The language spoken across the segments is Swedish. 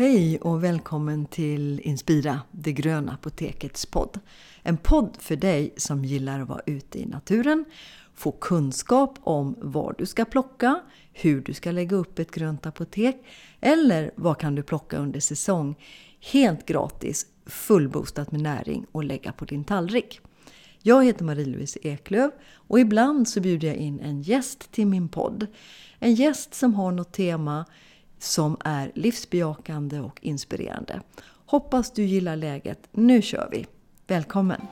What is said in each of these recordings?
Hej och välkommen till Inspira, det gröna apotekets podd. En podd för dig som gillar att vara ute i naturen, få kunskap om var du ska plocka, hur du ska lägga upp ett grönt apotek eller vad kan du plocka under säsong. Helt gratis, fullboostat med näring och lägga på din tallrik. Jag heter Marie-Louise Eklöf och ibland så bjuder jag in en gäst till min podd. En gäst som har något tema som är livsbejakande och inspirerande. Hoppas du gillar läget. Nu kör vi. Välkommen!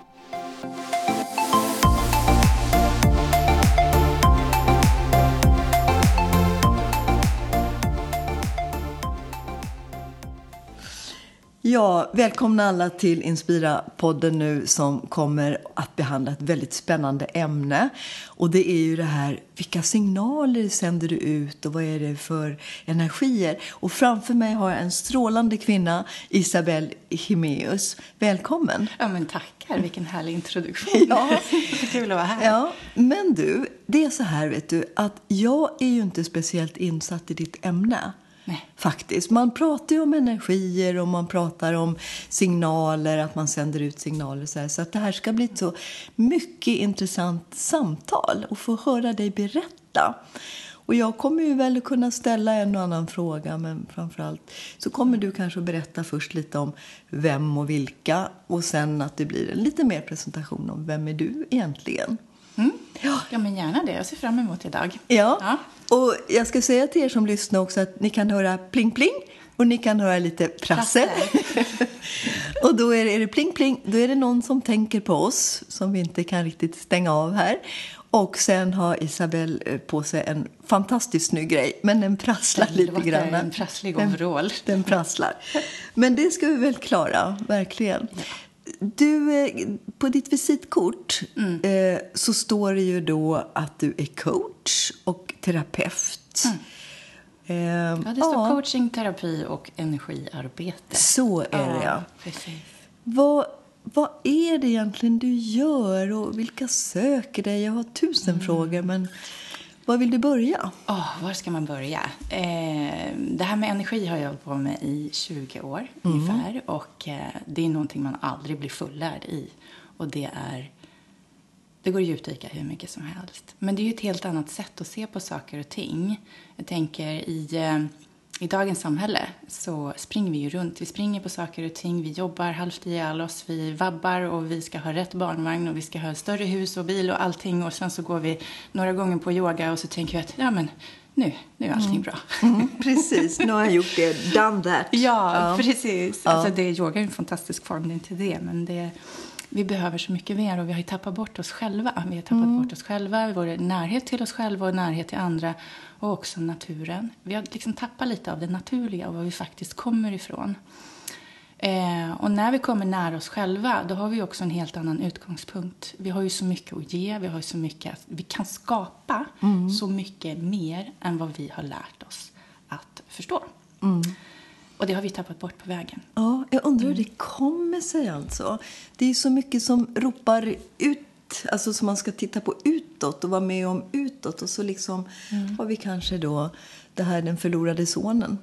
Ja, välkomna alla till Inspira-podden nu som kommer att behandla ett väldigt spännande ämne. Och det är ju det här, vilka signaler sänder du ut och vad är det för energier? Och framför mig har jag en strålande kvinna, Isabelle Himeus. Välkommen! Ja men tackar, vilken härlig introduktion. Ja. Kul att vara här. Ja, men du, det är så här vet du, att jag är ju inte speciellt insatt i ditt ämne. Nej. Faktiskt. Man pratar ju om energier och man pratar om signaler, att man sänder ut signaler. Så att det här ska bli ett så mycket intressant samtal och få höra dig berätta. Och jag kommer ju väl kunna ställa en och annan fråga, men framförallt så kommer du kanske att berätta först lite om vem och vilka och sen att det blir en lite mer presentation om vem är du egentligen. Mm. Ja men gärna det, jag ser fram emot idag. Ja. Och jag ska säga till er som lyssnar också att ni kan höra pling pling och ni kan höra lite prassel. Och då är det pling pling, då är det någon som tänker på oss som vi inte kan riktigt stänga av här. Och sen har Isabelle på sig en fantastiskt snygg grej, men den prasslar lite grann. En prasslig overall. Den prasslar. Men det ska vi väl klara, verkligen. Ja. Du, på ditt visitkort så står det ju då att du är coach och terapeut. Ja, det står coaching, terapi och energiarbete. Så är det, ja. Precis. Vad är det egentligen du gör och vilka söker dig? Jag har 1000 frågor, men var vill du börja? Var ska man börja? Det här med energi har jag hållit på med i 20 år ungefär. Och det är någonting man aldrig blir fullärd i. Och det går att djupdyka hur mycket som helst. Men det är ju ett helt annat sätt att se på saker och ting. Jag tänker i dagens samhälle så springer vi ju runt. Vi springer på saker och ting. Vi jobbar halvt ihjäl oss. Vi vabbar och vi ska ha rätt barnvagn. Och vi ska ha större hus och bil och allting. Och sen så går vi några gånger på yoga och så tänker vi att ja men nu är allting bra. Precis, nu har jag gjort det. Done that. Ja, precis. Ja. Alltså yoga är en fantastisk form, det är inte det. Men vi behöver så mycket mer och vi har ju tappat bort oss själva. Vi har tappat bort oss själva, vår närhet till oss själva och närhet till andra. Och också naturen. Vi har liksom tappat lite av det naturliga och var vi faktiskt kommer ifrån. Och när vi kommer nära oss själva, då har vi också en helt annan utgångspunkt. Vi har ju så mycket att ge, vi har ju så mycket att vi kan skapa så mycket mer än vad vi har lärt oss att förstå. Och det har vi tappat bort på vägen. Ja, jag undrar hur det kommer sig alltså. Det är så mycket som ropar ut, alltså som man ska titta på utåt och vara med om utåt. Och så liksom har vi kanske då det här den förlorade sonen.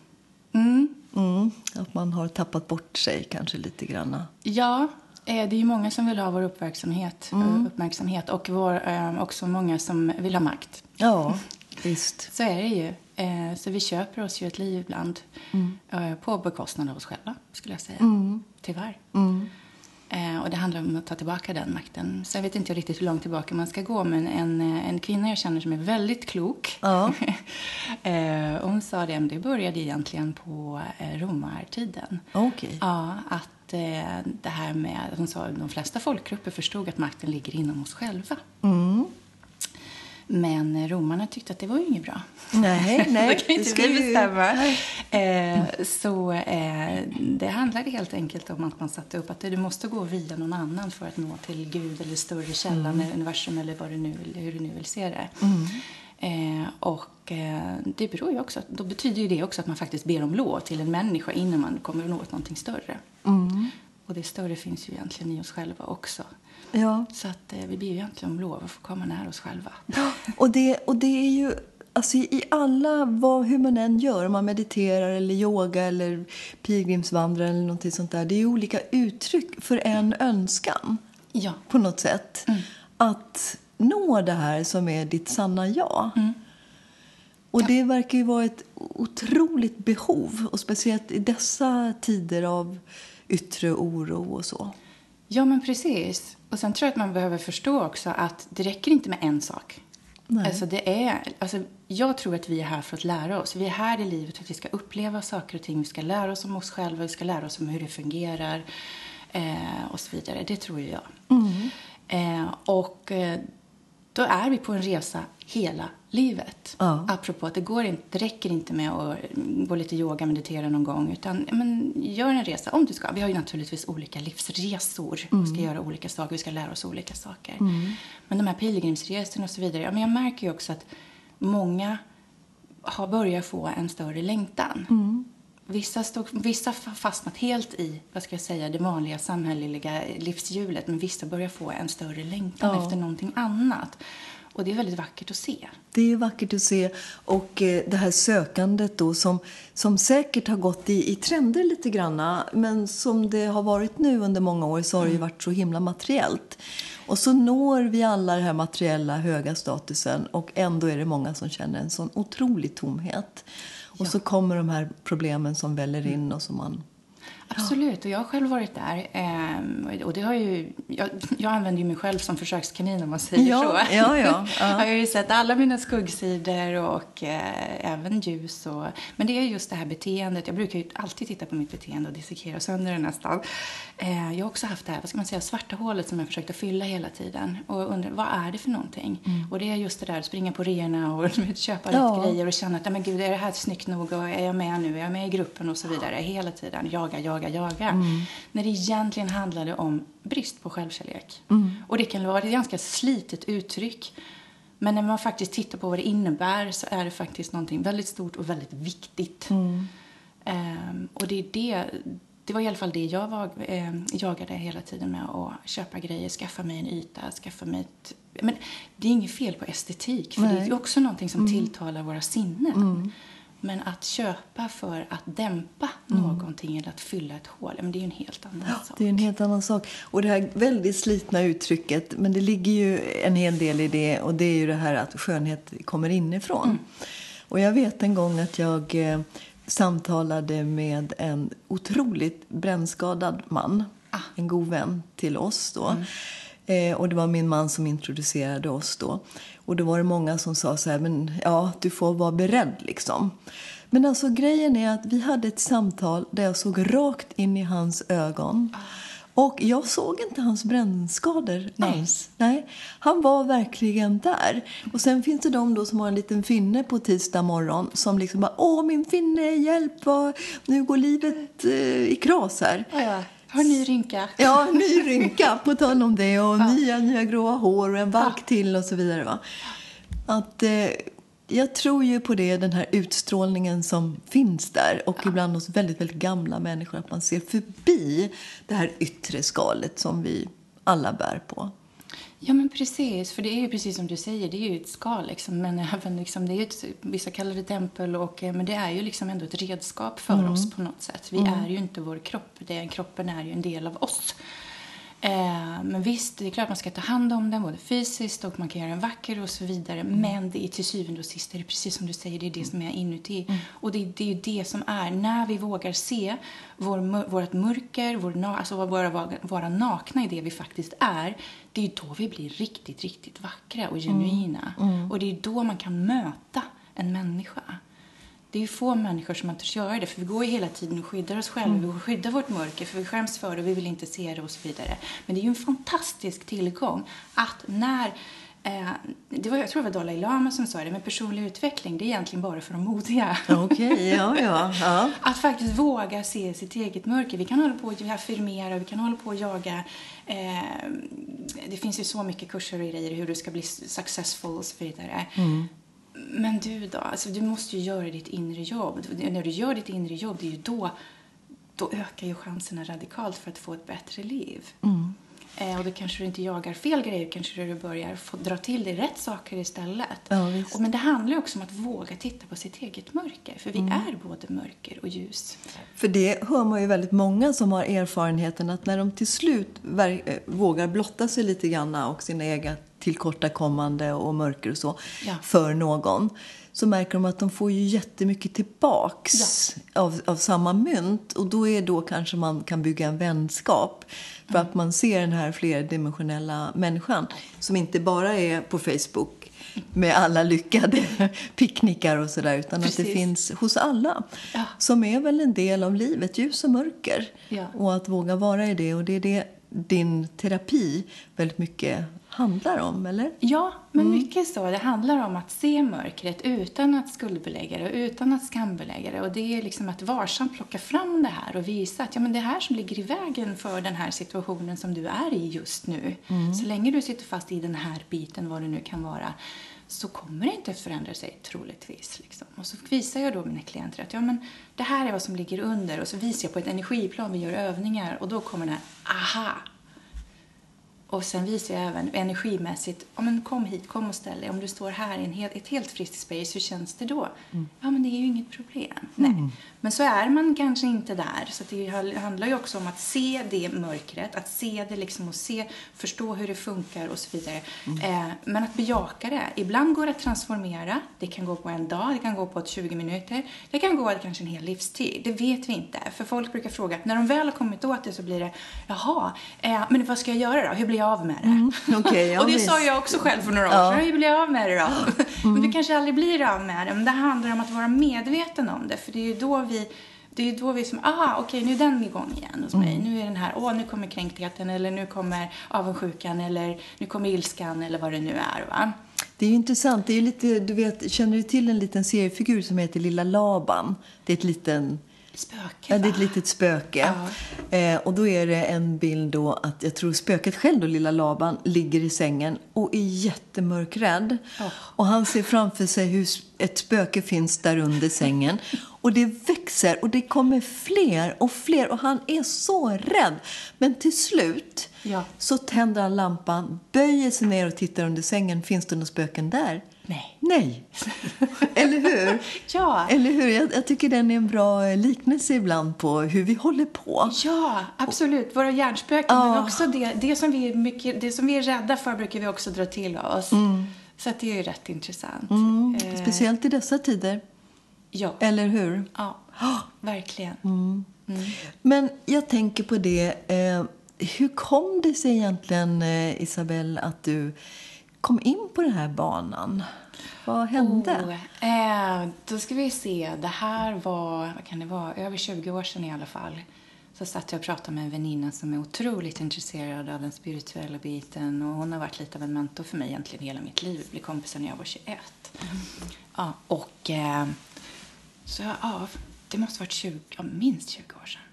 Att man har tappat bort sig kanske lite grann. Ja, det är ju många som vill ha vår uppmärksamhet och också många som vill ha makt. Ja, visst. Så är det ju. Så vi köper oss ju ett liv ibland på bekostnad av oss själva, skulle jag säga. Tyvärr. Och det handlar om att ta tillbaka den makten. Sen vet inte jag riktigt hur långt tillbaka man ska gå. Men en kvinna jag känner som är väldigt klok. Ja. Hon sa det började egentligen på romartiden. Okay. Ja, att det här med, hon sa att de flesta folkgrupper förstod att makten ligger inom oss själva. Men romarna tyckte att det var ju inget bra. Nej. Det kan inte vi bestämma. Det handlade helt enkelt om att man satte upp att du måste gå via någon annan för att nå till Gud eller större källan, universum eller hur du nu vill se det. Det beror ju också, då betyder ju det också att man faktiskt ber om lov till en människa innan man kommer att nå någonting större. Och det större finns ju egentligen i oss själva också. Ja. Så att vi ber ju egentligen om lov att få komma nära oss själva. Och det är ju Alltså i alla, hur man än gör, om man mediterar eller yoga eller pilgrimsvandrar eller någonting sånt där. Det är olika uttryck för en önskan. Ja. På något sätt. Att nå det här som är ditt sanna ja. Och det verkar ju vara ett otroligt behov. Och speciellt i dessa tider av yttre oro och så. Ja, men precis. Och sen tror jag att man behöver förstå också att det räcker inte med en sak. Alltså, jag tror att vi är här för att lära oss. Vi är här i livet för att vi ska uppleva saker och ting. Vi ska lära oss om oss själva. Vi ska lära oss om hur det fungerar. Och så vidare. Det tror jag. Då är vi på en resa hela livet. Apropå att det räcker inte med att gå lite yoga, meditera någon gång. Utan gör en resa om du ska. Vi har ju naturligtvis olika livsresor. Vi ska göra olika saker, vi ska lära oss olika saker. Men de här pilgrimsresorna och så vidare. Men jag märker ju också att många har börjat få en större längtan. Vissa har fastnat helt i, det vanliga samhälleliga livshjulet. Men vissa börjar få en större längtan efter någonting annat. Och det är väldigt vackert att se. Det är vackert att se. Och det här sökandet då som säkert har gått i trender lite granna. Men som det har varit nu under många år så har det ju varit så himla materiellt. Och så når vi alla den här materiella höga statusen. Och ändå är det många som känner en sån otrolig tomhet. Och så kommer de här problemen som väller in och som man... Absolut, och jag har själv varit där. Och det har ju, jag använder ju mig själv som försökskanin om man säger så. Jag har ju sett alla mina skuggsidor och även ljus. Men det är just det här beteendet. Jag brukar ju alltid titta på mitt beteende och dissekera sönder det nästan. Jag har också haft det här, svarta hålet som jag försökt att fylla hela tiden. Och undrar, vad är det för någonting? Och det är just det där, att springa på reorna och köpa rätt grejer och känna att, men gud, är det här snyggt nog? Och är jag med nu? Är jag med i gruppen? Och så vidare. Hela tiden, jaga. När det egentligen handlade om brist på självkärlek. Och det kan vara ett ganska slitet uttryck. Men när man faktiskt tittar på vad det innebär så är det faktiskt någonting väldigt stort och väldigt viktigt. Och det var i alla fall det jag jagade hela tiden med att köpa grejer, skaffa mig en yta, men det är inget fel på estetik, för det är också någonting som tilltalar våra sinnen. Men att köpa för att dämpa någonting eller att fylla ett hål, men det är ju en helt annan sak. Det är en helt annan sak. Och det här väldigt slitna uttrycket, men det ligger ju en hel del i det. Och det är ju det här att skönhet kommer inifrån. Och jag vet en gång att jag samtalade med en otroligt brännskadad man. En god vän till oss då. Och det var min man som introducerade oss då. Och då var det många som sa så här, men ja, du får vara beredd liksom. Men alltså grejen är att vi hade ett samtal där jag såg rakt in i hans ögon. Och jag såg inte hans brännskador alls. Nej, han var verkligen där. Och sen finns det de då som har en liten finne på tisdag morgon som liksom bara, åh min finne, hjälp, nu går livet i kras här. Har en ny rynka. Ja, en ny rynka på tal om det. Och nya gråa hår och en valk till och så vidare. Va? Att, jag tror ju på det, den här utstrålningen som finns där. Och ibland hos väldigt, väldigt gamla människor. Att man ser förbi det här yttre skalet som vi alla bär på. Ja, men precis. För det är ju precis som du säger, det är ju ett skal liksom. Men även liksom, det är ett, vissa kallar det tempel, men det är ju liksom ändå ett redskap för oss på något sätt. Vi är ju inte vår kropp. Kroppen är ju en del av oss. Men visst, det är klart man ska ta hand om den både fysiskt och man kan göra den vacker och så vidare. Men det är till syvende och sist, det är precis som du säger, det är det som är inuti. Och det är ju det som är, när vi vågar se vårt mörker, alltså vara nakna i det vi faktiskt är. Det är ju då vi blir riktigt, riktigt vackra och genuina. Och det är då man kan möta en människa. Det är ju få människor som inte gör det. För vi går ju hela tiden och skyddar oss själva. Vi skyddar vårt mörker för vi skäms för det och vi vill inte se det och så vidare. Men det är ju en fantastisk tillgång att när... jag tror det var Dalai Lama som sa det. Men personlig utveckling, det är egentligen bara för de modiga. Okej, ja. Att faktiskt våga se sitt eget mörker. Vi kan hålla på att affirmera, vi kan hålla på att jaga. Det finns ju så mycket kurser och grejer hur du ska bli successful och så vidare. Men du då, alltså du måste ju göra ditt inre jobb. När du gör ditt inre jobb, det är ju då ökar ju chanserna radikalt för att få ett bättre liv. Och då kanske du inte jagar fel grejer. Kanske du börjar dra till dig rätt saker istället. Ja, visst. Men det handlar också om att våga titta på sitt eget mörker. För vi är både mörker och ljus. För det hör man ju väldigt många som har erfarenheten att när de till slut vågar blotta sig lite grann och sina egna tillkortakommande och mörker och så för någon, så märker de att de får ju jättemycket tillbaks av samma mynt. Och då kanske man kan bygga en vänskap. För att man ser den här flerdimensionella människan som inte bara är på Facebook med alla lyckade picknickar och sådär, utan att det finns hos alla. Som är väl en del av livet, ljus och mörker. Och att våga vara i det, och det är det din terapi väldigt mycket handlar om, eller? Ja, men mycket så. Det handlar om att se mörkret utan att skuldbelägga det och utan att skambelägga det. Och det är liksom att varsamt plocka fram det här och visa att men det här som ligger i vägen för den här situationen som du är i just nu. Så länge du sitter fast i den här biten, vad det nu kan vara, så kommer det inte att förändra sig troligtvis. Liksom. Och så visar jag då mina klienter att men det här är vad som ligger under. Och så visar jag på ett energiplan, vi gör övningar. Och då kommer den här, aha! Och sen visar jag även energimässigt, men kom hit, kom och ställ dig. Om du står här i ett helt friskt space, hur känns det då? Ja, men det är ju inget problem. Nej. Men så är man kanske inte där. Så det handlar ju också om att se det mörkret, att se det liksom och förstå hur det funkar och så vidare. Men att bejaka det. Ibland går det att transformera. Det kan gå på en dag, det kan gå på 20 minuter. Det kan gå kanske en hel livstid. Det vet vi inte. För folk brukar fråga, när de väl har kommit åt det så blir det, jaha, men vad ska jag göra då? Hur blir jag av med det? Okay, och det sa jag också själv för några år sedan. Hur blir jag av med det då? Men du kanske aldrig blir av med det. Men det handlar om att vara medveten om det. För det är ju då vi som, okej, nu är den igång igen hos mig. Nu är den här, nu kommer kränktheten, eller nu kommer avundsjukan, eller nu kommer ilskan, eller vad det nu är, va? Det är ju intressant. Det är lite, du vet, känner du till en liten seriefigur som heter Lilla Laban? Det är ett liten spöke, det är ett litet spöke. Och då är det en bild då att jag tror spöket själv då, Lilla Laban, ligger i sängen och är jättemörkrädd. Och han ser framför sig hur ett spöke finns där under sängen. Och det växer och det kommer fler och fler och han är så rädd. Men till slut så tänder han lampan, böjer sig ner och tittar under sängen. Finns det några spöken där? Nej. Eller hur? Ja. Eller hur? Jag tycker den är en bra liknelse ibland på hur vi håller på. Ja, absolut. Våra hjärnspöken, men också det som vi är rädda för brukar vi också dra till oss. Så att det är ju rätt intressant. Speciellt i dessa tider. Ja. Eller hur? Ja, verkligen. Men jag tänker på det. Hur kom det sig egentligen, Isabelle, att du kom in på den här banan? Vad hände? Då ska vi se. Det här var, vad kan det vara, över 20 år sedan i alla fall. Så satt jag och pratade med en väninna som är otroligt intresserad av den spirituella biten. Och hon har varit lite av en mentor för mig egentligen hela mitt liv. Vi blev kompisar när jag var 21. Ja, och så det måste varit minst 20 år sedan.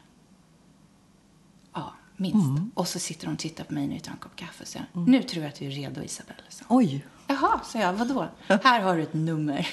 Ja, minst. Och så sitter hon och tittar på mig nu utan en kopp kaffe och säger, nu tror jag att du är redo, Isabelle. Så. Oj. Jaha, sa jag, vadå? Här har du ett nummer.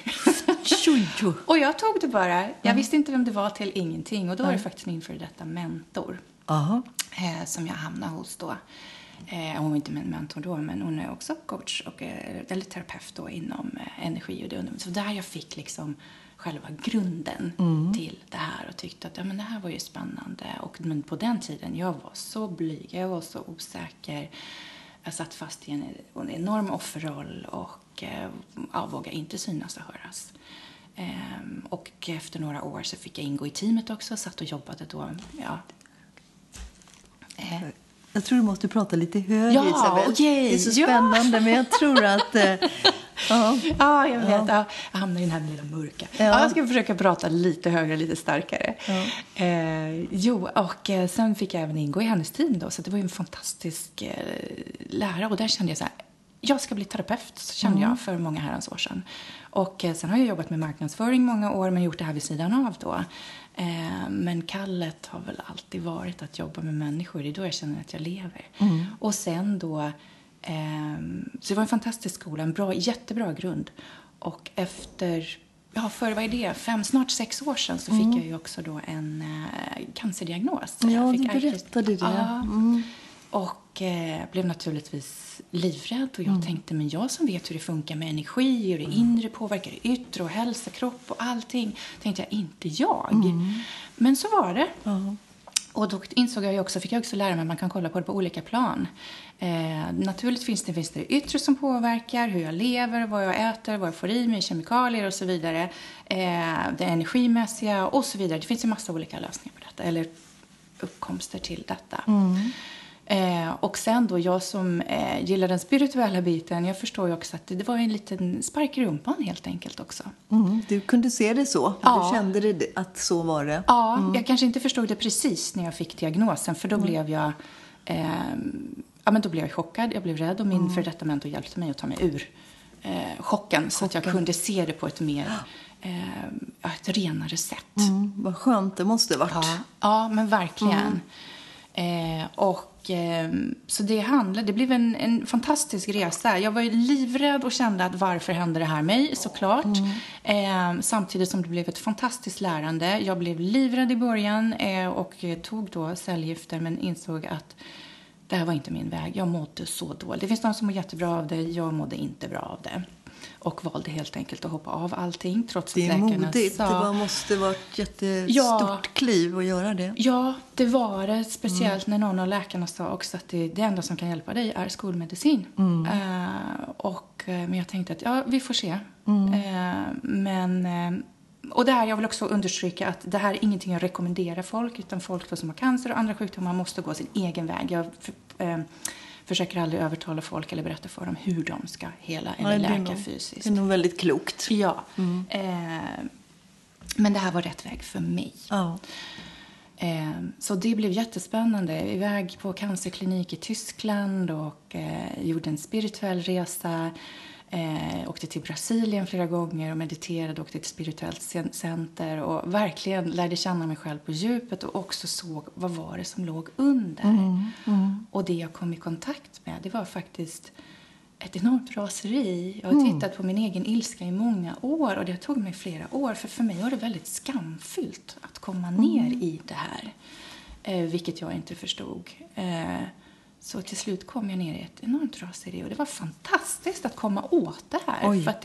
Och jag tog det bara. Jag visste inte vem det var till ingenting. Och då var det faktiskt min för detta mentor. Som jag hamnade hos då. Hon var inte min mentor då, men hon är också coach eller terapeut då inom energi och det. Så där jag fick liksom själva grunden till det här och tyckte att men det här var ju spännande. Men på den tiden, jag var så blyg, jag var så osäker. Jag satt fast i en enorm offerroll och vågade inte synas och höras. Och efter några år så fick jag ingå i teamet också, satt och jobbade då. Jag tror du måste prata lite högre, Isabelle. Okay. Det är så spännande, men jag tror att... jag vet. Jag hamnar i den här lilla mörka. Jag ska försöka prata lite högre, lite starkare. Och sen fick jag även ingå i hennes team då. Så det var ju en fantastisk lära. Och där kände jag så här, jag ska bli terapeut, så kände jag för många herrans år sedan. Och sen har jag jobbat med marknadsföring många år, men gjort det här vid sidan av då. Men kallet har väl alltid varit att jobba med människor. Det är då jag känner att jag lever. Och sen då, så det var en fantastisk skola, en jättebra grund. Och efter, vad är det? Snart 6 år sedan så fick jag ju också då en cancerdiagnos. Ja, du berättade det. Och Och blev naturligtvis livrädd. Och jag tänkte, men jag som vet hur det funkar med energi, hur det inre påverkar det yttre och hälsa, kropp och allting. Tänkte jag, inte jag. Men så var det. Och då insåg jag också, fick jag också lära mig att man kan kolla på det på olika plan. Naturligtvis finns det yttre som påverkar hur jag lever, vad jag äter, vad jag får i mig, kemikalier och så vidare. Det energimässiga och så vidare. Det finns en massa olika lösningar på detta, eller uppkomster till detta. Och sen då, jag som gillar den spirituella biten, jag förstår ju också att det var en liten spark i rumpan helt enkelt också. Du kunde se det så? Ja. Du kände det, att så var det? Ja, jag kanske inte förstod det precis när jag fick diagnosen, för då blev jag då blev jag chockad, jag blev rädd, och min för detta mentor hjälpte mig att ta mig ur chocken, så att jag kunde se det på ett mer ett renare sätt. Vad skönt det måste ha varit. Ja, men verkligen. Så det blev en fantastisk resa. Jag var ju livrädd och kände att varför hände det här mig, såklart. Samtidigt som det blev ett fantastiskt lärande. Jag blev livrädd i början och tog då cellgifter, men insåg att det här var inte min väg. Jag mådde så dåligt. Det finns de som mår jättebra av det. Jag mådde inte bra av det. Och valde helt enkelt att hoppa av allting, trots att läkarna sa... Det är modigt. Det måste vara ett jättestort kliv att göra det. Ja, det var det. Speciellt när någon av läkarna sa också att det enda som kan hjälpa dig är skolmedicin. Men jag tänkte att vi får se. Och det här, jag vill också understryka att det här är ingenting jag rekommenderar folk, utan folk som har cancer och andra sjukdomar måste gå sin egen väg. Jag försöker aldrig övertala folk eller berätta för dem hur de ska hela eller läka fysiskt. Det är nog väldigt klokt. Ja. Men det här var rätt väg för mig. Ja. Så det blev jättespännande. Iväg på cancerklinik i Tyskland och gjorde en spirituell resa. Åkte till Brasilien flera gånger och mediterade, åkte till ett spirituellt center och verkligen lärde känna mig själv på djupet och också såg vad var det som låg under. Och det jag kom i kontakt med, det var faktiskt ett enormt raseri. Jag har tittat på min egen ilska i många år, och det tog mig flera år, för mig var det väldigt skamfyllt att komma ner i det här, vilket jag inte förstod. Så till slut kom jag ner i ett enormt raseri, och det var fantastiskt att komma åt det här. För att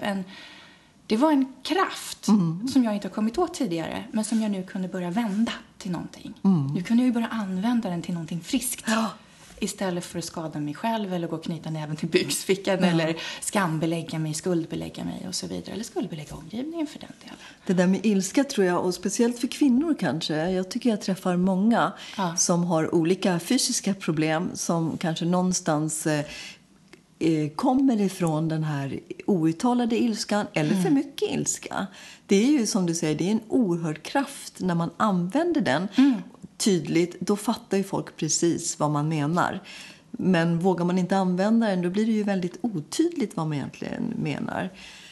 det var en kraft som jag inte har kommit åt tidigare, men som jag nu kunde börja vända till någonting. Nu kunde jag ju börja använda den till någonting friskt. Istället för att skada mig själv eller gå och knyta näven till byxfickan eller skambelägga mig, skuldbelägga mig och så vidare. Eller skuldbelägga omgivningen för den delen. Det där med ilska tror jag, och speciellt för kvinnor kanske. Jag tycker jag träffar många som har olika fysiska problem som kanske någonstans kommer ifrån den här outtalade ilskan eller för mycket ilska. Det är ju som du säger, det är en oerhörd kraft när man använder den tydligt. Då fattar ju folk precis vad man menar. Men vågar man inte använda den, då blir det ju väldigt otydligt vad man egentligen menar.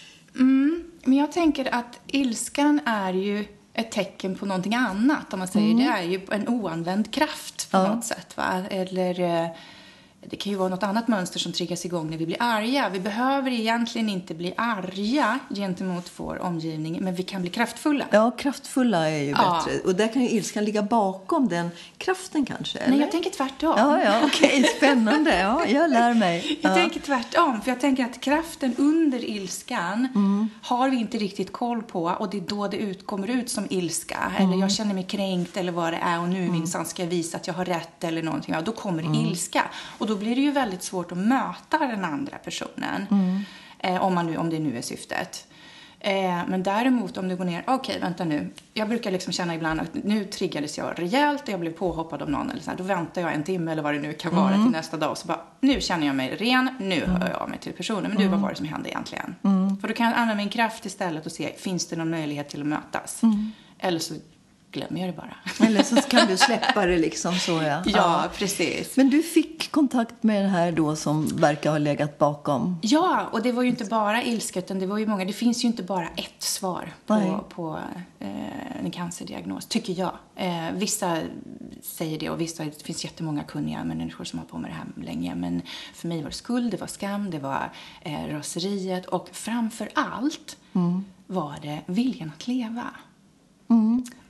Men jag tänker att ilskan är ju ett tecken på någonting annat. Om man säger det är ju en oanvänd kraft på något sätt. Va? Eller det kan ju vara något annat mönster som triggas igång när vi blir arga. Vi behöver egentligen inte bli arga gentemot vår omgivning, men vi kan bli kraftfulla. Ja, kraftfulla är ju bättre. Och där kan ju ilskan ligga bakom den kraften kanske, eller? Nej, jag tänker tvärtom. Ja, okej. Spännande. Ja, jag lär mig. Jag tänker tvärtom, för jag tänker att kraften under ilskan har vi inte riktigt koll på, och det är då det kommer ut som ilska. Eller jag känner mig kränkt eller vad det är, och nu minsann ska jag visa att jag har rätt eller någonting. Ja, då kommer ilska. Och då blir det ju väldigt svårt att möta den andra personen. Om det nu är syftet. Men däremot om du går ner, okej, vänta nu. Jag brukar liksom känna ibland att nu triggades jag rejält och jag blev påhoppad av någon. Eller så här, då väntar jag en timme eller vad det nu kan vara till nästa dag. Och så bara, nu känner jag mig ren, nu hör jag av mig till personen. Men vad var det som hände egentligen? För då kan jag använda min kraft istället och se, finns det någon möjlighet till att mötas? Eller så glömmer jag det bara. Eller så kan du släppa det liksom så, Ja, precis. Men du fick kontakt med det här då som verkar ha legat bakom. Ja, och det var ju inte bara ilska, utan det var ju många. Det finns ju inte bara ett svar på en cancerdiagnos, tycker jag. Vissa säger det, och det finns jättemånga kunniga människor som har på med det här länge. Men för mig var det skuld, det var skam, det var raseriet, och framför allt var det viljan att leva.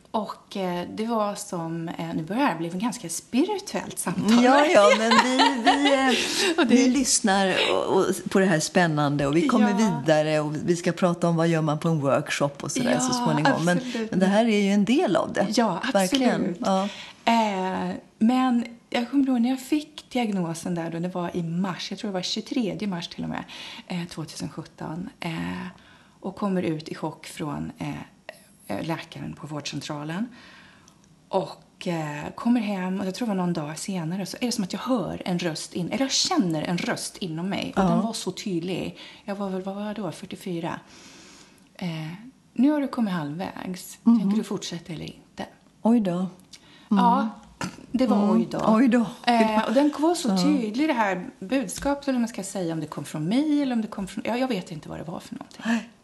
Och det var som, nu börjar det bli ett ganska spirituellt samtal. Ja, men vi lyssnar på det här spännande och vi kommer vidare och vi ska prata om vad gör man på en workshop och sådär så småningom. Men det här är ju en del av det. Ja, absolut. Verkligen. Ja. Men jag kommer ihåg när jag fick diagnosen där då, det var i mars, jag tror det var 23 mars till och med, 2017. Och kommer ut i chock från läkaren på vårdcentralen. Och kommer hem och jag tror det var någon dag senare så är det som att jag hör en röst eller jag känner en röst inom mig. Och den var så tydlig. Jag var väl, vad var jag då? 44. Nu har du kommit halvvägs. Tänker du fortsätta eller inte? Oj då. Ja, det var oj då. Oj då. Och den var så tydlig, det här budskapet, eller man ska säga, om det kom från mig eller om det kom från... Ja, jag vet inte vad det var för någonting.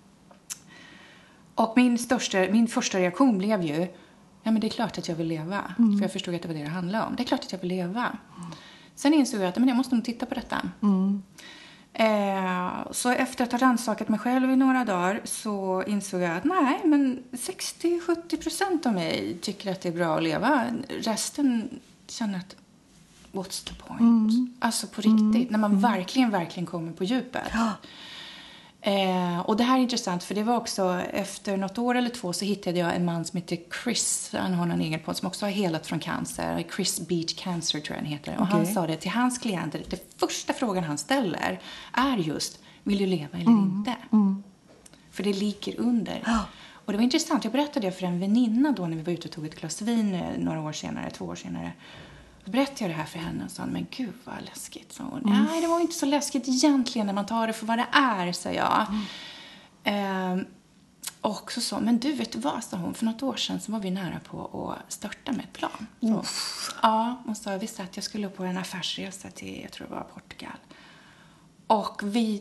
Och min första reaktion blev ju, ja men det är klart att jag vill leva. För jag förstod att det var det handlade om. Det är klart att jag vill leva. Sen insåg jag att men jag måste nog titta på detta. Så efter att ha rannsakat mig själv i några dagar så insåg jag att nej, men 60-70% av mig tycker att det är bra att leva. Resten känner att what's the point? Alltså på riktigt, när man verkligen kommer på djupet. Och det här är intressant för det var också efter något år eller 2 så hittade jag en man som heter Chris, han har en egen podd som också har helat från cancer, Chris Beat Cancer tror jag han heter. Och han sa det till hans klienter, det första frågan han ställer är just, vill du leva eller inte? För det ligger under. Och det var intressant, jag berättade det för en väninna då när vi var ute och tog ett glas vin några år senare, 2 år senare. Då berättade jag det här för henne och sa, men gud vad läskigt, sa hon. Nej, det var inte så läskigt egentligen när man tar det för vad det är, sa jag. Och så sa, men du vet du vad, sa hon, för något år sedan så var vi nära på att starta med ett plan. Så, ja, och så visste att jag skulle på en affärsresa till, jag tror det var Portugal. Och vi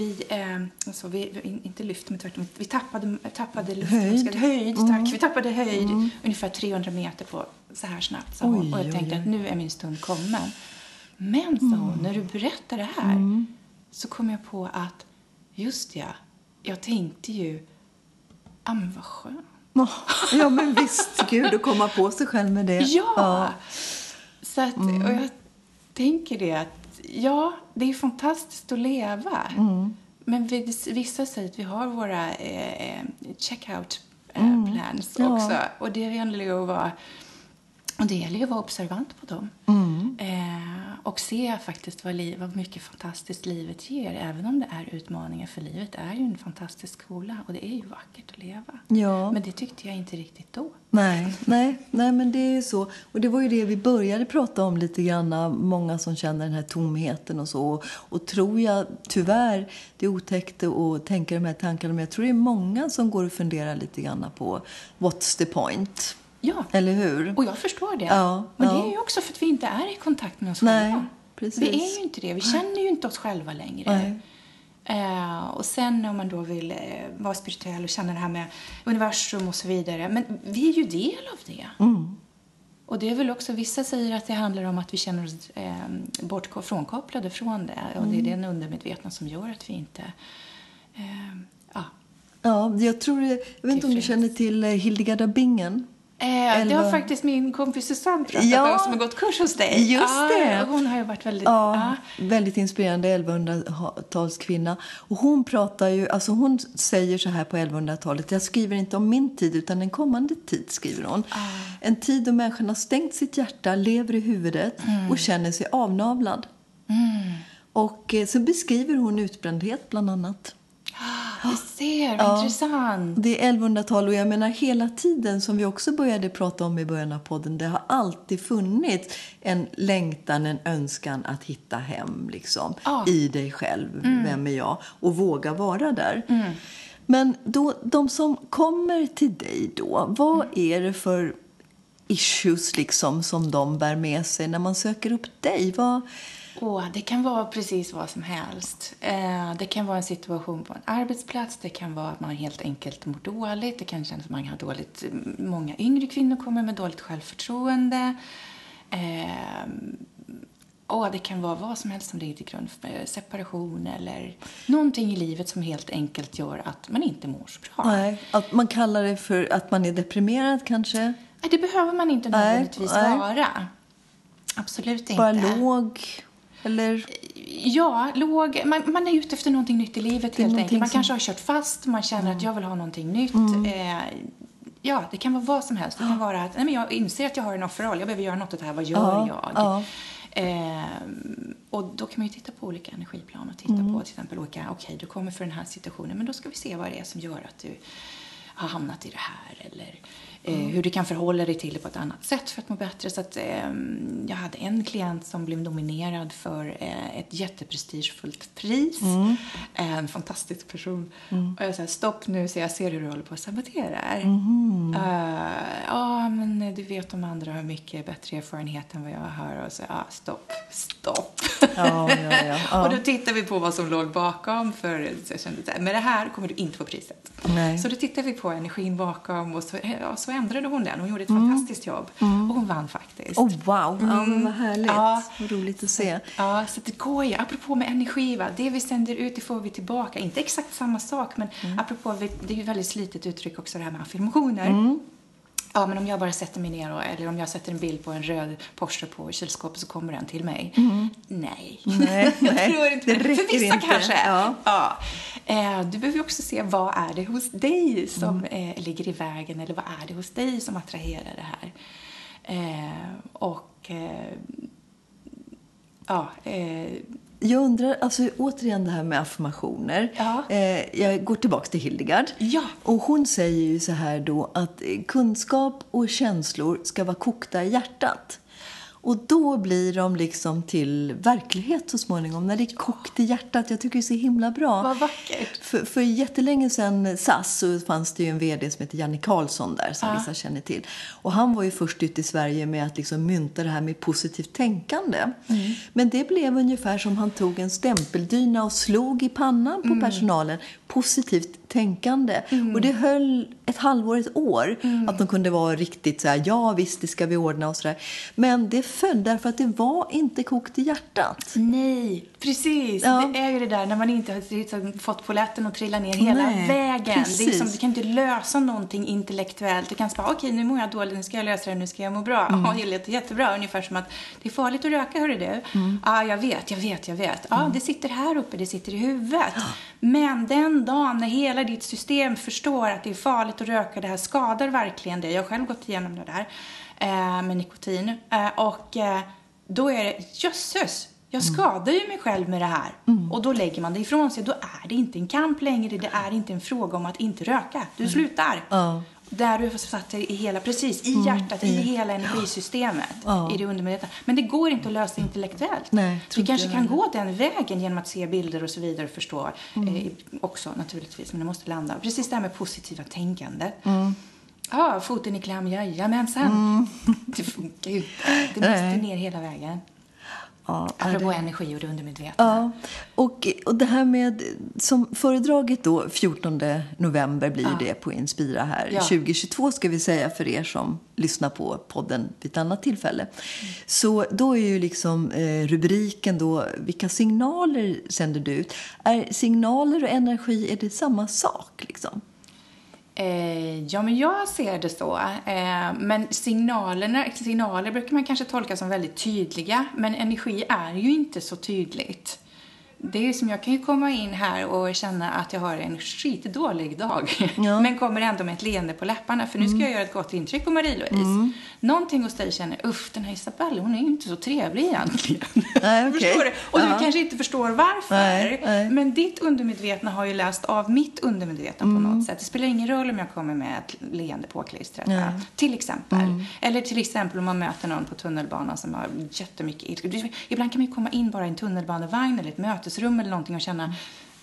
inte lyfte, men tvärtom, vi tappade höjd, tack. Vi tappade höjd ungefär 300 meter på så här snabbt, sa hon. Och jag tänkte att nu är min stund kommen. Men, sa hon, när du berättar det här så kom jag på att, just ja, jag tänkte ju, men vad skönt. Ja, men visst, gud, att komma på sig själv med det. Ja. Så att, och jag tänker det att, ja, det är fantastiskt att leva. Men vissa säger att vi har våra checkout plans också. Och det gäller ju att vara observant på dem. Och se faktiskt vad mycket fantastiskt livet ger. Även om det är utmaningar, för livet är ju en fantastisk skola. Och det är ju vackert att leva. Ja. Men det tyckte jag inte riktigt då. Nej, men det är ju så. Och det var ju det vi började prata om lite grann. Många som känner den här tomheten och så. Och tror jag, tyvärr, det är otäckt att tänka de här tankarna. Men jag tror det är många som går och funderar lite grann på what's the point? Ja, eller hur? Och jag förstår det. Men det är ju också för att vi inte är i kontakt med oss själva. Precis. Vi är ju inte det. Vi känner ju inte oss själva längre. Och sen om man då vill vara spirituell och känna det här med universum och så vidare. Men vi är ju del av det. Och det är väl också, vissa säger att det handlar om att vi känner oss frånkopplade från det. Och det är den undermedvetna som gör att vi inte... Ja, jag vet inte om du känner till Hildegarda Bingen. Det har faktiskt min kompis Susanne pratat om som har gått kurs hos dig. Just det. Hon har ju varit väldigt... väldigt inspirerande 1100-talskvinna. Och hon pratar ju, alltså hon säger så här på 1100-talet. Jag skriver inte om min tid utan en kommande tid, skriver hon. En tid då människan har stängt sitt hjärta, lever i huvudet och känner sig avnavlad. Och så beskriver hon utbrändhet bland annat. Vi ser, vad intressant. Det är 1100-tal och jag menar hela tiden som vi också började prata om i början av podden. Det har alltid funnits en längtan, en önskan att hitta hem liksom, i dig själv. Vem är jag? Och våga vara där. Men då, de som kommer till dig då, vad är det för issues liksom, som de bär med sig när man söker upp dig? Det kan vara precis vad som helst. Det kan vara en situation på en arbetsplats. Det kan vara att man helt enkelt mår dåligt. Det kan kännas att man har dåligt. Många yngre kvinnor kommer med dåligt självförtroende. det kan vara vad som helst som ligger till grund för separation eller någonting i livet som helt enkelt gör att man inte mår så bra. Nej, att man kallar det för att man är deprimerad kanske? Nej, det behöver man inte nödvändigtvis vara. Absolut inte. Bara låg? Eller? Ja, låg. Man är ute efter någonting nytt i livet helt enkelt. Man kanske har kört fast, man känner att jag vill ha någonting nytt. Ja, det kan vara vad som helst. Det kan vara att jag inser att jag har en offerroll. Jag behöver göra något åt det här. Vad gör jag? Ja. Och då kan man ju titta på olika energiplan och titta på till exempel okej, du kommer för den här situationen, men då ska vi se vad det är som gör att du har hamnat i det här eller hur du kan förhålla dig till det på ett annat sätt för att må bättre. Så att, jag hade en klient som blev nominerad för ett jätteprestigefullt pris. En fantastisk person. Och jag sa, stopp nu så jag ser hur du håller på att sabotera. Men du vet de andra har mycket bättre erfarenhet än vad jag har. Och så, stopp. Ja. Och då tittar vi på vad som låg bakom. För så jag kände, med det här kommer du inte få priset. Nej. Så då tittar vi på energin bakom och så ändrade hon den. Hon gjorde ett fantastiskt jobb. Och hon vann faktiskt. Wow. Ja, men vad härligt. Ja. Vad roligt att se. Ja, så det går ju. Apropå med energi, va? Det vi sänder ut, det får vi tillbaka. Inte exakt samma sak, men apropå, det är ju väldigt slitet uttryck också det här med affirmationer. Ja, men om jag bara sätter mig ner eller om jag sätter en bild på en röd Porsche på kylskåpet så kommer den till mig. Nej. Jag tror inte. Det räcker för vissa inte. kanske. Ja. Du behöver ju också se vad är det hos dig som ligger i vägen eller vad är det hos dig som attraherar det här. Jag undrar, alltså återigen det här med affirmationer. Ja. Jag går tillbaka till Hildegard. Ja. Och hon säger ju så här då att kunskap och känslor ska vara kokta i hjärtat. Och då blir de liksom till verklighet så småningom. När det är kokt i hjärtat. Jag tycker det är så himla bra. Vad vackert. För jättelänge sedan SAS så fanns det ju en vd som heter Janne Karlsson där. Som vissa känner till. Och han var ju först ut i Sverige med att liksom mynta det här med positivt tänkande. Men det blev ungefär som han tog en stämpeldyna och slog i pannan på personalen. Positivt tänkande. Och det höll ett halvår, ett år. Att de kunde vara riktigt så här, ja visst det ska vi ordna och sådär. Men det föll därför att det var inte kokt i hjärtat. Nej, precis. Ja. Det är ju det där när man inte har fått polletten att trilla ner hela vägen. Det är liksom, du kan inte lösa någonting intellektuellt. Du kan säga, okej, nu mår jag dåligt, nu ska jag lösa det, nu ska jag må bra. Det låter jättebra. Ungefär som att det är farligt att röka, hörru du. Jag vet. Det sitter här uppe, det sitter i huvudet. Men den dagen när hela ditt system förstår att det är farligt att röka, det här skadar verkligen dig. Jag har själv gått igenom det där med nikotin. Då är det, jösses, jag skadar ju mig själv med det här. Och då lägger man det ifrån sig. Då är det inte en kamp längre. Det är inte en fråga om att inte röka. Du slutar. Där du har satt det i hela, precis, i hjärtat, i hela energisystemet, i det undermedvetna. Men det går inte att lösa intellektuellt. Nej, vi kanske kan gå den vägen genom att se bilder och så vidare och förstå också naturligtvis, men det måste landa. Precis det här med positiva tänkande. Foten i kläm, jajamensan. Det funkar ju inte. Det måste ner hela vägen. Apropå energi och det undermedvetna. Och det här med, som föredraget då, 14 november blir det på Inspira här. 2022 ska vi säga för er som lyssnar på podden vid ett annat tillfälle. Så då är ju liksom rubriken då, vilka signaler sänder du ut? Är signaler och energi, är det samma sak liksom? Ja, men jag ser det så. Men signaler brukar man kanske tolka som väldigt tydliga. Men energi är ju inte så tydligt. Det är som jag kan ju komma in här och känna att jag har en skitdålig dag. Men kommer ändå med ett leende på läpparna. För nu ska jag göra ett gott intryck på Marie-Louise. Någonting hos dig känner, den här Isabelle, hon är ju inte så trevlig egentligen. Nej, Förstår du? Och du kanske inte förstår varför. Nej. Men ditt undermedvetna har ju läst av mitt undermedvetna på något sätt. Det spelar ingen roll om jag kommer med ett leende påklistrat. Till exempel. Eller till exempel om man möter någon på tunnelbanan som har jättemycket ilska. Ibland kan man ju komma in bara i en tunnelbanevagn eller ett mötesrum eller någonting och känna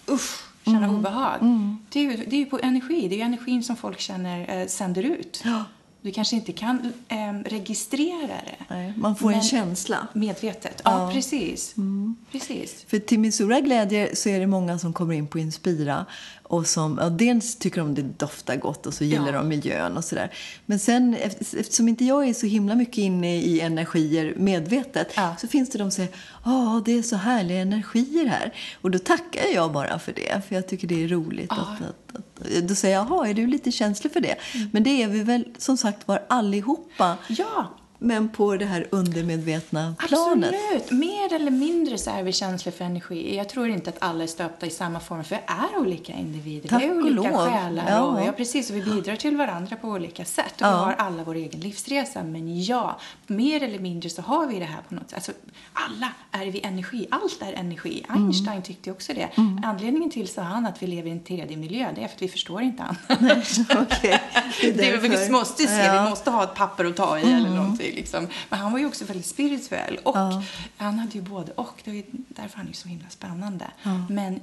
obehag. Det är ju på energi. Det är ju energin som folk sänder ut. Du kanske inte kan registrera det. Nej, man får en känsla. Medvetet. Ja, precis. Precis. För till min stora glädje så är det många som kommer in på Inspira Och som, dels tycker de det doftar gott och så gillar de miljön och sådär. Men sen, eftersom inte jag är så himla mycket inne i energier medvetet, så finns det de som säger, det är så härliga energier här. Och då tackar jag bara för det, för jag tycker det är roligt. Då säger jag, är du lite känslig för det? Men det är vi väl som sagt var allihopa. Ja. Men på det här undermedvetna planet. Absolut. Mer eller mindre så är vi känsliga för energi. Jag tror inte att alla är stöpta i samma form. För vi är olika individer. Tack vi är och olika lov. själar. Ja, precis. Och vi bidrar till varandra på olika sätt. Och vi har alla vår egen livsresa. Men mer eller mindre så har vi det här på något sätt. Alltså, alla är vi energi. Allt är energi. Einstein tyckte också det. Anledningen till, sa han, att vi lever i en 3D-miljö, det är för att vi förstår inte annat. Okay. Vi måste se, vi måste ha ett papper att ta i eller någonting. Liksom. Men han var ju också väldigt spirituell. Och han hade ju både och. Det var ju därför han är så himla spännande. Men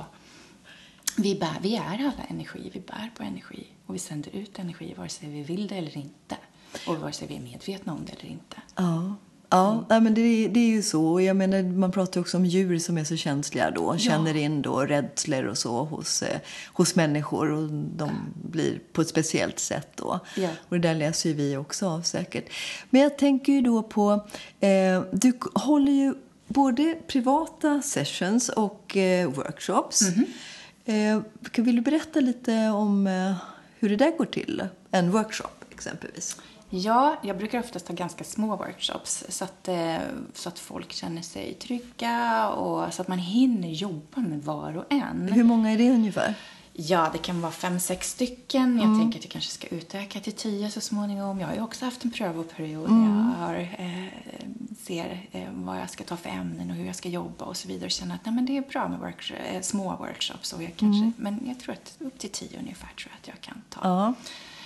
vi är alla energi. Vi bär på energi. Och vi sänder ut energi vare sig vi vill det eller inte. Och vare sig vi är medvetna om det eller inte. Ja, men det är ju så. Jag menar, man pratar också om djur som är så känsliga då. Känner in då rädslor och så hos människor. Och de blir på ett speciellt sätt då. Ja. Och det där läser ju vi också av säkert. Men jag tänker ju då på... du håller ju både privata sessions och workshops. Vill du berätta lite om hur det där går till? En workshop exempelvis. Ja, jag brukar oftast ha ganska små workshops så att folk känner sig trygga och så att man hinner jobba med var och en. Hur många är det ungefär? Ja, det kan vara 5-6 stycken. Jag tänker att jag kanske ska utöka till 10 så småningom. Jag har ju också haft en prövoperiod när jag ser vad jag ska ta för ämnen och hur jag ska jobba och så vidare. Och känner att men det är bra med små workshops. Och men jag tror att upp till 10 ungefär tror jag att jag kan ta.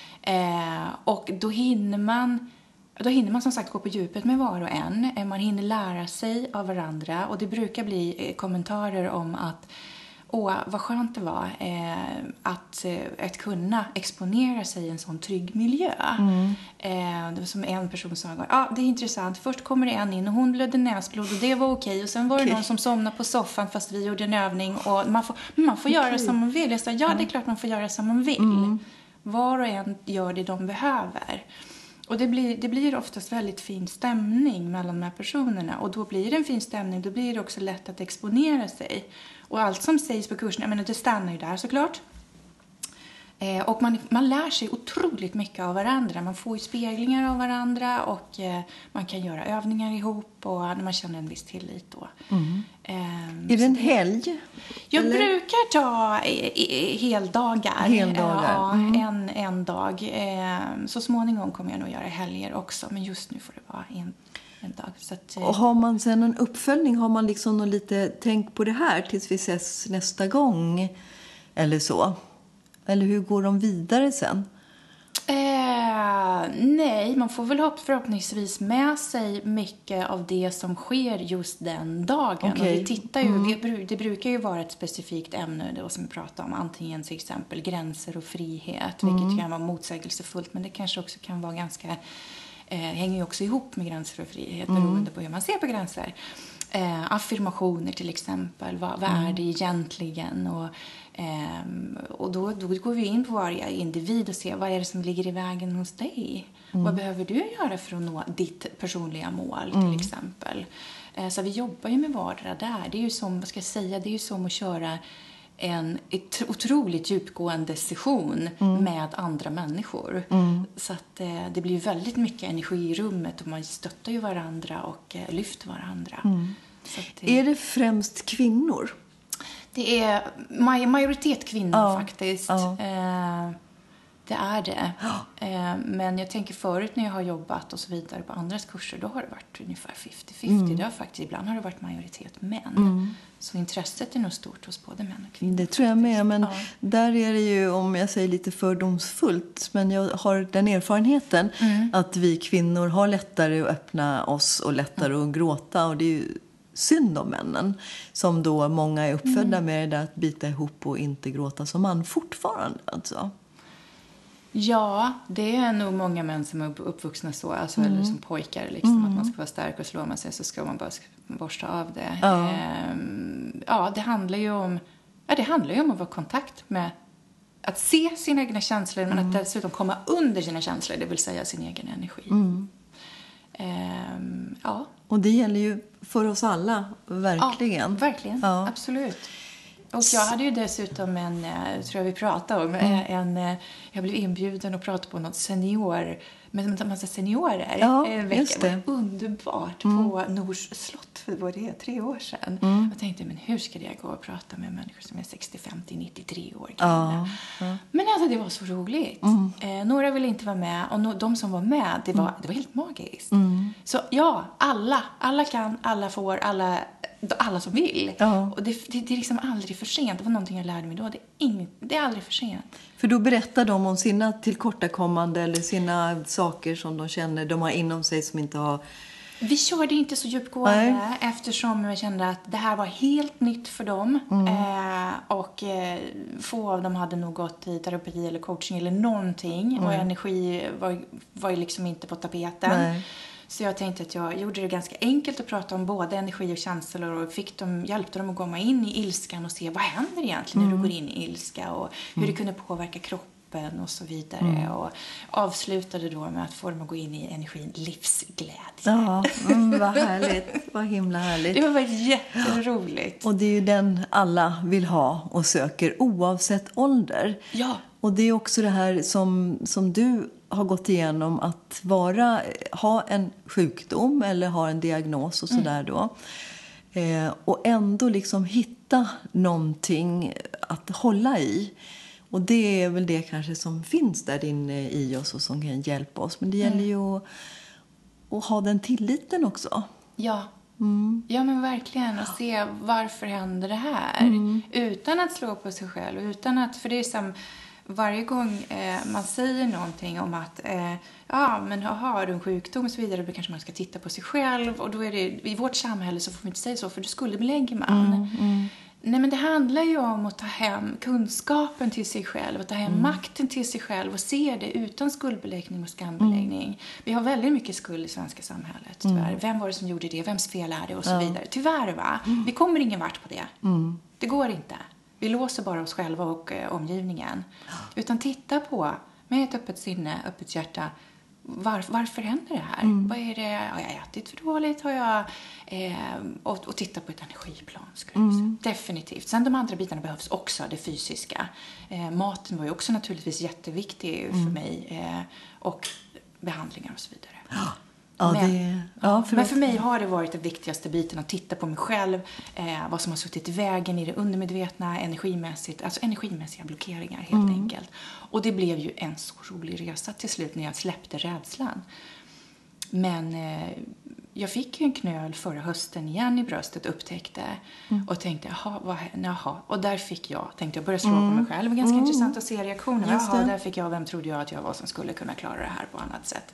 Och då hinner man som sagt gå på djupet med var och en. Man hinner lära sig av varandra. Och det brukar bli kommentarer om att vad skönt det var att kunna exponera sig i en sån trygg miljö. Det var som en person sa, det är intressant. Först kommer det en in och hon blödde näsblod och det var okej. Och sen var det någon som somnade på soffan fast vi gjorde en övning. Och man får göra som man vill. Jag sa, det är klart man får göra som man vill. Var och en gör det de behöver. Och det blir oftast väldigt fin stämning mellan de här personerna. Och då blir det en fin stämning. Då blir det också lätt att exponera sig. Och allt som sägs på kursen, det stannar ju där såklart. Och man lär sig otroligt mycket av varandra. Man får ju speglingar av varandra och man kan göra övningar ihop och när man känner en viss tillit då. Är det en helg? Jag brukar ta heldagar. En dag. Så småningom kommer jag nog göra helger också. Men just nu får det vara en dag. Så att, och har man sen en uppföljning? Har man liksom lite tänk på det här tills vi ses nästa gång? Eller så? Eller hur går de vidare sen? Nej, man får väl förhoppningsvis med sig mycket av det som sker just den dagen. Okay. Och vi tittar ju, det brukar ju vara ett specifikt ämne då som vi pratar om. Antingen till exempel gränser och frihet, vilket kan vara motsägelsefullt. Men det kanske också kan vara ganska, hänger ju också ihop med gränser och frihet beroende på hur man ser på gränser. Affirmationer till exempel, vad är det egentligen och då går vi in på varje individ och ser vad är det som ligger i vägen hos dig. Vad behöver du göra för att nå ditt personliga mål till exempel. Så vi jobbar ju med vardera där. Det är ju som, vad ska jag säga, det är ju som att köra en otroligt djupgående session med andra människor. Så att det blir väldigt mycket energi i rummet och man stöttar ju varandra och lyfter varandra. Så att är det främst kvinnor? Det är majoritet kvinnor faktiskt. Det är det. Men jag tänker förut när jag har jobbat och så vidare på andras kurser, då har det varit ungefär 50-50. Det har faktiskt, ibland har det varit majoritet män. Så intresset är nog stort hos både män och kvinnor. Det tror jag med, men där är det ju, om jag säger lite fördomsfullt, men jag har den erfarenheten att vi kvinnor har lättare att öppna oss och lättare att gråta, och det är ju synd om männen som då många är uppfödda med det där att bita ihop och inte gråta som man fortfarande alltså. Ja, det är nog många män som är uppvuxna så, alltså, eller som pojkar liksom, att man ska vara stark och slår man sig så ska man bara borsta av det. Det handlar ju om det handlar ju om att vara i kontakt med att se sina egna känslor, men att dessutom komma under sina känslor, det vill säga sin egen energi. Ja. Och det gäller ju för oss alla, verkligen. Ja, verkligen. Ja. Absolut. Och jag hade ju dessutom tror jag vi pratade om, jag blev inbjuden att prata på något med en massa seniorer en vecka. Just det. Det var underbart på Nors slott för vad det är, 3 år sedan. Jag tänkte, men hur ska det gå att prata med människor som är 65 till 93 år gamla? Men alltså det var så roligt. Några ville inte vara med, och de som var med, det var helt magiskt. Så ja, alla kan, alla får, alla som vill. Och det är liksom aldrig för sent. Det var någonting jag lärde mig då. Det är aldrig för sent. För då berättar de om sina tillkortakommande eller sina saker som de känner de har inom sig som inte har... Vi körde inte så djupgående eftersom jag kände att det här var helt nytt för dem. Och få av dem hade nog gått i terapi eller coaching eller någonting. Och energi var ju liksom inte på tapeten. Nej. Så jag tänkte att jag gjorde det ganska enkelt att prata om både energi och känslor, och hjälpte dem att komma in i ilskan och se vad händer egentligen när du går in i ilska, och hur det kunde påverka kroppen och så vidare. Och avslutade då med att få dem att gå in i energin livsglädje. Ja, vad härligt. Vad himla härligt. Det var jätteroligt. Och det är ju den alla vill ha och söker oavsett ålder. Ja. Och det är också det här som du har gått igenom, att ha en sjukdom eller ha en diagnos och sådär då. Och ändå liksom hitta någonting att hålla i. Och det är väl det kanske som finns där inne i oss och som kan hjälpa oss. Men det gäller ju att ha den tilliten också. Ja. Ja, men verkligen. Och se varför händer det här. Utan att slå på sig själv. Utan att, för det är som... Varje gång man säger någonting om att men har du en sjukdom och så vidare, då kanske man ska titta på sig själv, och då är det, i vårt samhälle så får man inte säga så, för då skuldbelägger man. Nej, men det handlar ju om att ta hem kunskapen till sig själv, och ta hem makten till sig själv och se det utan skuldbeläggning och skambeläggning. Vi har väldigt mycket skuld i svenska samhället, tyvärr. Vem var det som gjorde det? Vems fel är det? Och så vidare. Tyvärr, va? Vi kommer ingen vart på det. Det går inte. Vi låser bara oss själva och omgivningen. Utan titta på, med ett öppet sinne, öppet hjärta, varför händer det här? Vad är det? Har jag ätit för dåligt? Har jag... och titta på ett energiplan, skulle jag säga. Definitivt. Sen de andra bitarna behövs också, det fysiska. Maten var ju också naturligtvis jätteviktig för mig. Och behandlingar och så vidare. Ja, men för mig har det varit den viktigaste biten, att titta på mig själv, vad som har suttit i vägen i det undermedvetna, energimässigt, alltså energimässiga blockeringar helt enkelt. Och det blev ju en så rolig resa till slut när jag släppte rädslan. Men jag fick ju en knöl förra hösten igen i bröstet, upptäckte och tänkte, jaha. Och där fick jag, tänkte jag börja slå på mig själv. Ganska intressant att se reaktionen. Jaha, där fick jag, vem trodde jag att jag var som skulle kunna klara det här på annat sätt.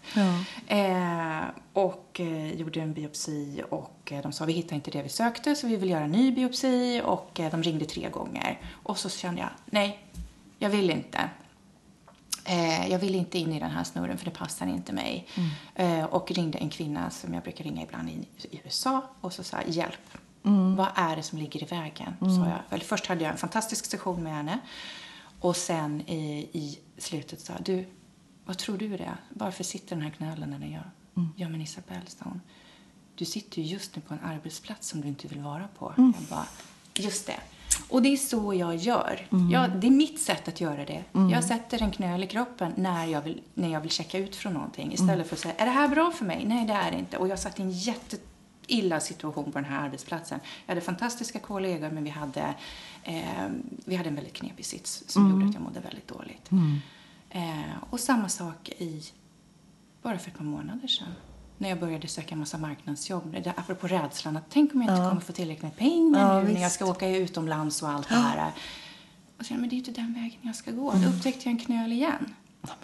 Och gjorde en biopsi, och de sa, vi hittar inte det vi sökte, så vi vill göra en ny biopsi, och de ringde 3 gånger. Och så kände jag, nej, jag vill inte. Jag vill inte in i den här snurren, för det passar inte mig. Och ringde en kvinna som jag brukar ringa ibland i USA, och så sa, hjälp. Vad är det som ligger i vägen? Så först hade jag en fantastisk session med henne, och sen i slutet sa, du, vad tror du det? Varför sitter den här knölen när den gör? Ja, men Isabelle, sa hon, du sitter ju just nu på en arbetsplats som du inte vill vara på. Jag bara, just det. Och det är så jag gör. Det är mitt sätt att göra det. Jag sätter en knöl i kroppen när jag vill checka ut från någonting. Istället för att säga, är det här bra för mig? Nej, det är det inte. Och jag satt i en jätteilla situation på den här arbetsplatsen. Jag hade fantastiska kollegor, men vi hade en väldigt knepig sits som gjorde att jag mådde väldigt dåligt. Och samma sak bara för ett par månader sedan. När jag började söka en massa marknadsjobb. Apropå rädslan, att tänk om jag inte kommer få tillräckligt med pengar nu när jag ska åka utomlands och allt det här. Och så, men det är ju inte den vägen jag ska gå. Då upptäckte jag en knöl igen.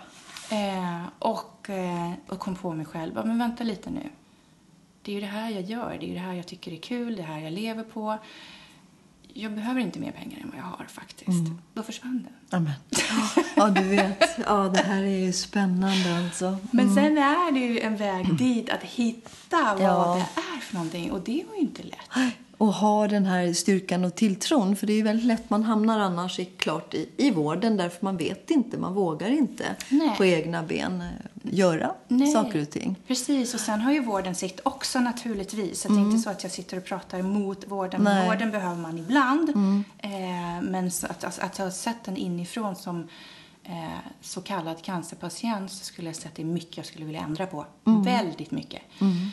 Och kom på mig själv. Men vänta lite nu. Det är ju det här jag gör. Det är ju det här jag tycker är kul. Det här jag lever på. Jag behöver inte mer pengar än vad jag har faktiskt. Då försvann den. Amen. Ja, du vet. Ja, det här är ju spännande alltså. Men sen är det ju en väg dit att hitta vad det är för någonting. Och det var ju inte lätt. Och ha den här styrkan och tilltron. För det är ju väldigt lätt man hamnar annars klart i vården. Därför man vet inte, man vågar inte på egna ben göra saker och ting. Precis, och sen har ju vården sitt också naturligtvis. Så det är inte så att jag sitter och pratar emot vården. Men vården behöver man ibland. Men så att ha sett den inifrån som så kallad cancerpatient så skulle jag säga att det är mycket jag skulle vilja ändra på. Väldigt mycket.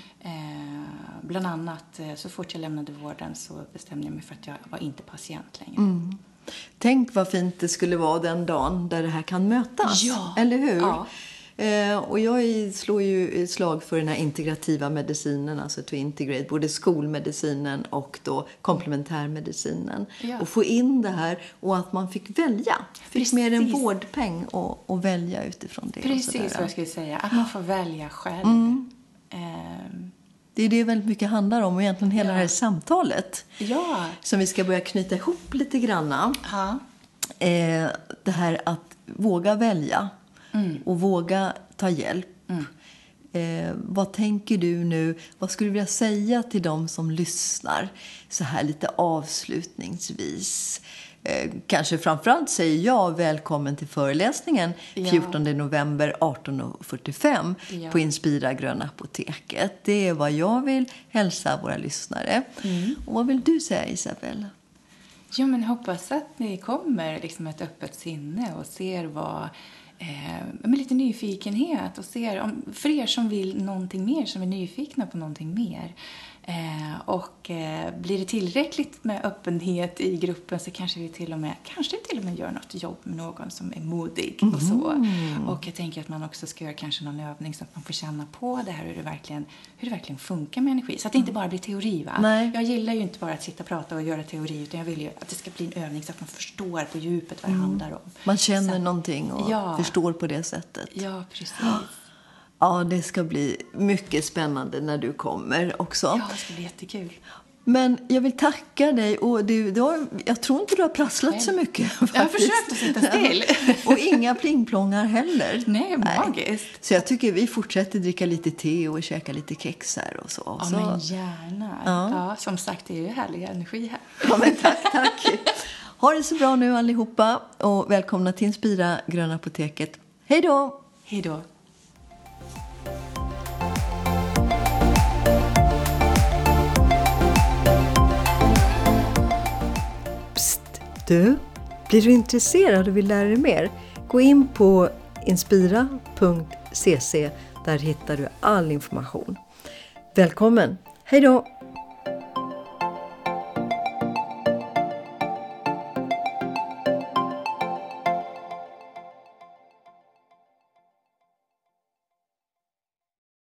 Bland annat så fort jag lämnade vården så bestämde jag mig för att jag var inte patient längre. Tänk vad fint det skulle vara den dagen där det här kan mötas. Ja. Eller hur? Ja. Och jag slår ju ett slag för den här integrativa medicinen, alltså to integrate både skolmedicinen och då komplementärmedicinen. Ja. Och få in det här och att man fick välja. Fick mer en vårdpeng och välja utifrån det. Precis vad jag skulle säga, att man får välja själv. Det är det väldigt mycket handlar om och egentligen hela det här samtalet. Ja. Som vi ska börja knyta ihop lite granna. Ja. Det här att våga välja. Och våga ta hjälp. Vad tänker du nu? Vad skulle du vilja säga till dem som lyssnar? Så här lite avslutningsvis. Kanske framförallt säger jag välkommen till föreläsningen 14 november 18.45 på Inspira Gröna Apoteket. Det är vad jag vill hälsa våra lyssnare. Och vad vill du säga, Isabel? Ja, men hoppas att ni kommer liksom ett öppet sinne och ser vad... med lite nyfikenhet och ser om, för er som vill någonting mer, som är nyfikna på någonting mer. Och blir det tillräckligt med öppenhet i gruppen så kanske vi till och med gör något jobb med någon som är modig och så. Och jag tänker att man också ska göra kanske någon övning så att man får känna på det här hur det verkligen funkar med energi. Så att det inte bara blir teori, va? Nej. Jag gillar ju inte bara att sitta och prata och göra teori, utan jag vill ju att det ska bli en övning så att man förstår på djupet vad det handlar om. Man känner någonting och förstår på det sättet. Ja, precis. Ja, det ska bli mycket spännande när du kommer också. Ja, det ska bli jättekul. Men jag vill tacka dig. Och jag tror inte du har prasslat så mycket. Faktiskt. Jag har försökt att sitta still. Och inga plingplongar heller. Nej, magiskt. Så jag tycker vi fortsätter dricka lite te och käka lite kex här och så. Ja, så. Men gärna. Ja, som sagt, det är ju härlig energi här. Ja, men tack. Ha det så bra nu allihopa. Och välkomna till Inspira Gröna Apoteket. Hej då! Hej då! Du, blir du intresserad och vill lära dig mer? Gå in på inspira.cc. Där hittar du all information. Välkommen! Hej då!